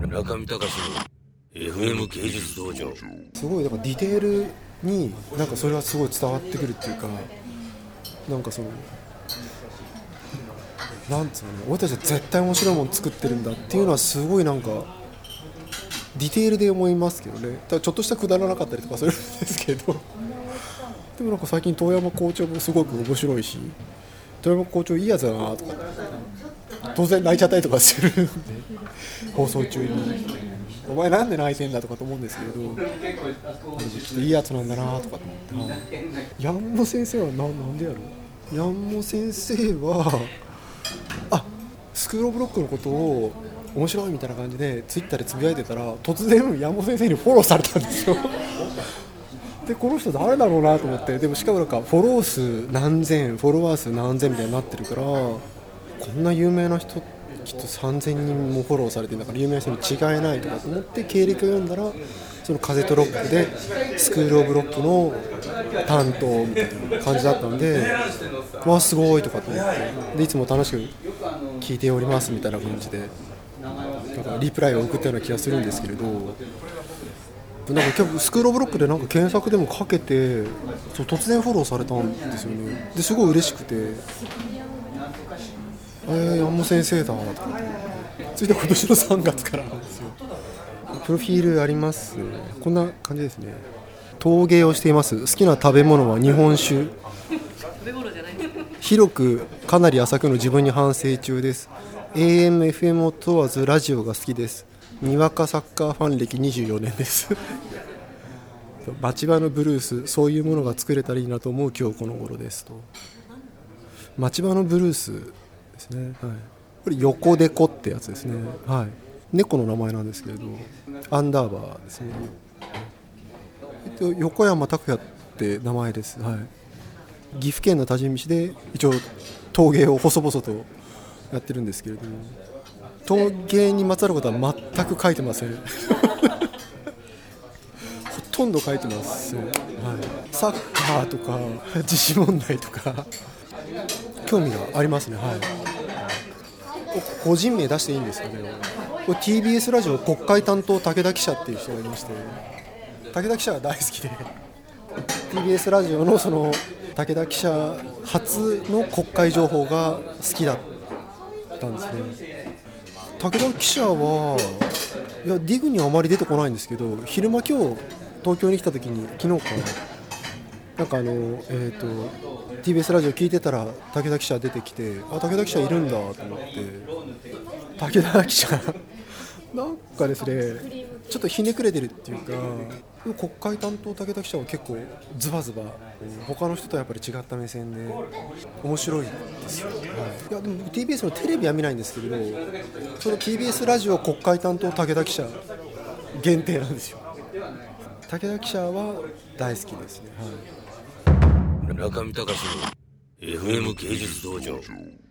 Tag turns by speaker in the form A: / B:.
A: 中見隆の FM 芸術道場。
B: すごいなんかディテールになんかそれはすごい伝わってくるっていうか、なんかそのなんつうのね、俺たちは絶対面白いもの作ってるんだっていうのはすごいなんかディテールで思いますけどね。ただちょっとしたくだらなかったりとかするんですけどでもなんか最近遠山校長もすごく面白いし、遠山校長いいやつだなとか当然泣いちゃったりとかするんで放送中にお前なんで泣いてんだとかと思うんですけれど、ちょっといいやつなんだなとかと思って、ヤンモ先生はなんでやろう。ヤンモ先生はスクールオブロックのことを面白いみたいな感じでツイッターでつぶやいてたら突然ヤンモ先生にフォローされたんですよでこの人誰だろうなと思って、でもしかもなんかフォロー数何千フォロワー数何千みたいになってるから、こんな有名な人きっと3000人もフォローされてるんだから有名な人に違いないとかと思って経歴を読んだら、その風とロックでスクールオブロックの担当みたいな感じだったんで、わあすごいとかと思って、でいつも楽しく聞いておりますみたいな感じでなんかリプライを送ったような気がするんですけれど、なんかスクールオブロックでなんか検索でもかけて突然フォローされたんですよね。ですごい嬉しくて、ヤンモ先生だとかってついて今年の3月からなんですよ。プロフィールありますね。こんな感じですね。陶芸をしています。好きな食べ物は日本酒。広くかなり浅くの自分に反省中です。 AM、FM を問わずラジオが好きです。にわかサッカーファン歴24年です町場のブルース、そういうものが作れたらいいなと思う今日この頃ですと。町場のブルースですね、はい、これ横デコってやつですね、はい、猫の名前なんですけれどアンダーバーですね、横山拓也って名前です、はい、岐阜県の多治見市で一応陶芸を細々とやってるんですけれども、陶芸にまつわることは全く書いてませんほとんど書いてます、はい、サッカーとか時事問題とか興味がありますね、はい、個人名出していいんですかね。これ TBS ラジオ国会担当武田記者っていう人がいまして、武田記者が大好きで TBS ラジオのその武田記者初の国会情報が好きだったんですね。武田記者はいやディグにはあまり出てこないんですけど、昼間今日東京に来た時に昨日かな、なんかTBS ラジオ聞いてたら武田記者出てきて、武田記者いるんだと思って、武田記者なんかですねちょっとひねくれてるっていうか、国会担当武田記者は結構ズバズバ他の人とはやっぱり違った目線で面白いですよ、はい、いやでも TBS のテレビは見ないんですけれど、その TBS ラジオ国会担当武田記者限定なんですよ。武田記者は大好きですね、はい。
A: 中見隆の FM 芸術道場。